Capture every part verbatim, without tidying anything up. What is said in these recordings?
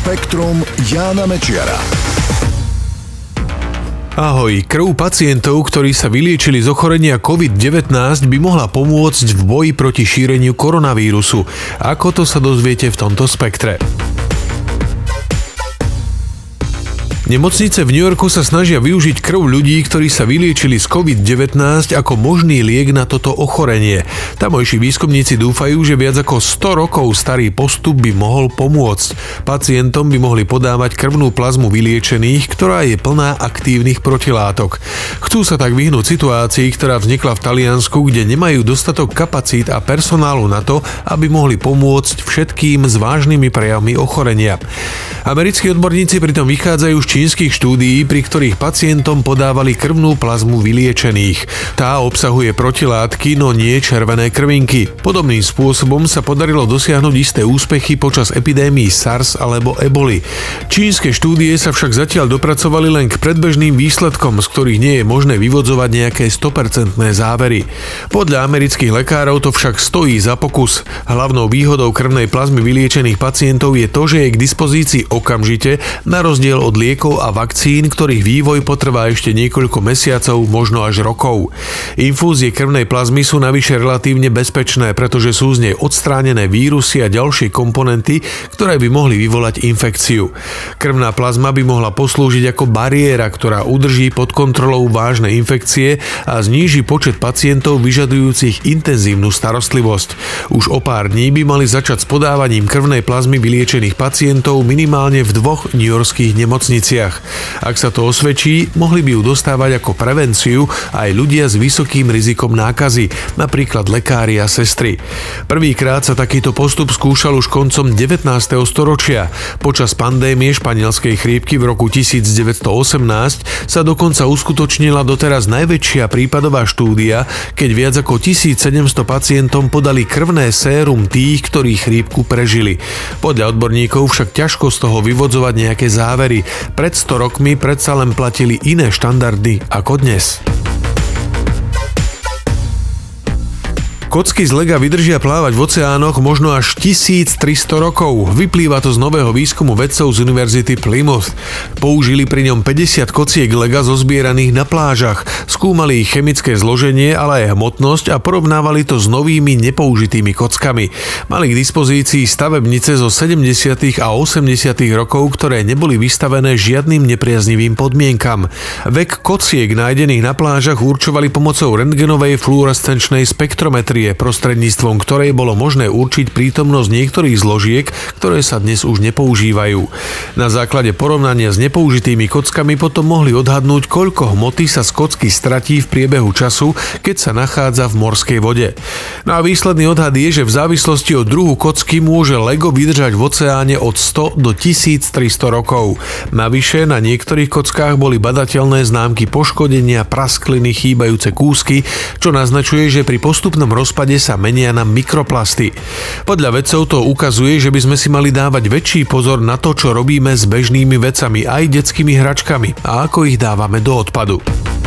Spektrum Jána Mečiara. Ahoj, krv pacientov, ktorí sa vyliečili z ochorenia covid devätnásť, by mohla pomôcť v boji proti šíreniu koronavírusu. Ako to sa dozviete v tomto spektre? Nemocnice v New Yorku sa snažia využiť krv ľudí, ktorí sa vyliečili z covid devätnásť ako možný liek na toto ochorenie. Tamojší výskumníci dúfajú, že viac ako sto rokov starý postup by mohol pomôcť. Pacientom by mohli podávať krvnú plazmu vyliečených, ktorá je plná aktívnych protilátok. Chcú sa tak vyhnúť situácii, ktorá vznikla v Taliansku, kde nemajú dostatok kapacít a personálu na to, aby mohli pomôcť všetkým s vážnymi prejavmi ochorenia. Americkí odborníci pritom vychádzajú z čínskych štúdií, pri ktorých pacientom podávali krvnú plazmu vyliečených. Tá obsahuje protilátky, no nie červené krvinky. Podobným spôsobom sa podarilo dosiahnuť isté úspechy počas epidémií SARS alebo eboli. Čínske štúdie sa však zatiaľ dopracovali len k predbežným výsledkom, z ktorých nie je možné vyvodzovať nejaké sto percent závery. Podľa amerických lekárov to však stojí za pokus. Hlavnou výhodou krvnej plazmy vyliečených pacientov je to, že je k dispozícii okamžite, na rozdiel od liekov a vakcín, ktorých vývoj potrvá ešte niekoľko mesiacov, možno až rokov. Infúzie krvnej plazmy sú navyše relatívne bezpečné, pretože sú z nej odstránené vírusy a ďalšie komponenty, ktoré by mohli vyvolať infekciu. Krvná plazma by mohla poslúžiť ako bariéra, ktorá udrží pod kontrolou vážne infekcie a zníži počet pacientov vyžadujúcich intenzívnu starostlivosť. Už o pár dní by mali začať s podávaním krvnej plazmy vyliečených pacientov minimálne v dvoch newyorských nemocniciach. Ak sa to osvedčí, mohli by ju dostávať ako prevenciu aj ľudia s vysokým rizikom nákazy, napríklad lekári a sestry. Prvýkrát sa takýto postup skúšal už koncom devätnásteho storočia. Počas pandémie španielskej chrípky v roku devätnásťstoosemnásť sa dokonca uskutočnila doteraz najväčšia prípadová štúdia, keď viac ako tisícsedemsto pacientom podali krvné sérum tých, ktorí chrípku prežili. Podľa odborníkov však ťažko z toho vyvodzovať nejaké závery. Pred sto rokmi predsa len platili iné štandardy ako dnes. Kocky z lega vydržia plávať v oceánoch možno až tisíctristo rokov. Vyplýva to z nového výskumu vedcov z Univerzity Plymouth. Použili pri ňom päťdesiat kociek lega zozbieraných na plážach. Skúmali ich chemické zloženie, ale aj hmotnosť a porovnávali to s novými nepoužitými kockami. Mali k dispozícii stavebnice zo sedemdesiatych a osemdesiatych rokov, ktoré neboli vystavené žiadnym nepriaznivým podmienkam. Vek kociek nájdených na plážach určovali pomocou rentgenovej fluorescenčnej spektrometrie, prostredníctvom ktorej bolo možné určiť prítomnosť niektorých zložiek, ktoré sa dnes už nepoužívajú. Na základe porovnania s nepoužitými kockami potom mohli odhadnúť, koľko hmoty sa z kocky stratí v priebehu času, keď sa nachádza v morskej vode. No a výsledný odhad je, že v závislosti od druhu kocky môže lego vydržať v oceáne od sto do tisíctristo rokov. Navyše na niektorých kockách boli badateľné známky poškodenia, praskliny, chýbajúce kúsky, čo naznačuje, že pri postupnom rozpade sa menia na mikroplasty. Podľa vedcov to ukazuje, že by sme si mali dávať väčší pozor na to, čo robíme s bežnými vecami, aj detskými hračkami a ako ich dávame do odpadu.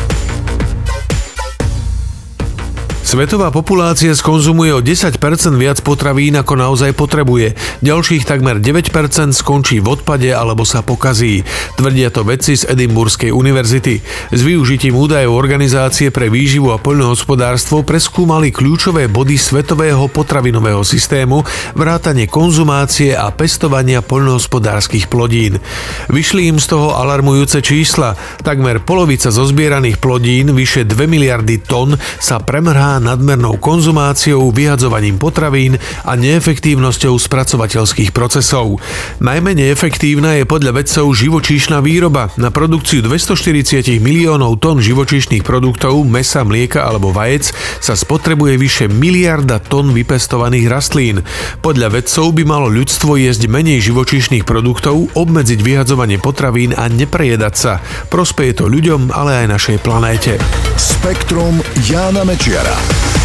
Svetová populácia skonzumuje o desať percent viac potravín, ako naozaj potrebuje. Ďalších takmer deväť percent skončí v odpade alebo sa pokazí. Tvrdia to vedci z Edinburskej univerzity. S využitím údajov Organizácie pre výživu a poľnohospodárstvo preskúmali kľúčové body svetového potravinového systému, vrátane konzumácie a pestovania poľnohospodárskych plodín. Vyšli im z toho alarmujúce čísla. Takmer polovica zozbieraných plodín, vyše dve miliardy tón, sa premrhá nadmernou konzumáciou, vyhadzovaním potravín a neefektívnosťou spracovateľských procesov. Najmenej efektívna je podľa vedcov živočíšna výroba. Na produkciu dvestoštyridsať miliónov tón živočíšnych produktov, mäsa, mlieka alebo vajec sa spotrebuje vyše miliarda tón vypestovaných rastlín. Podľa vedcov by malo ľudstvo jesť menej živočíšnych produktov, obmedziť vyhadzovanie potravín a neprejedať sa. Prospeje to ľuďom, ale aj našej planéte. Spektrum Jána Mečiara.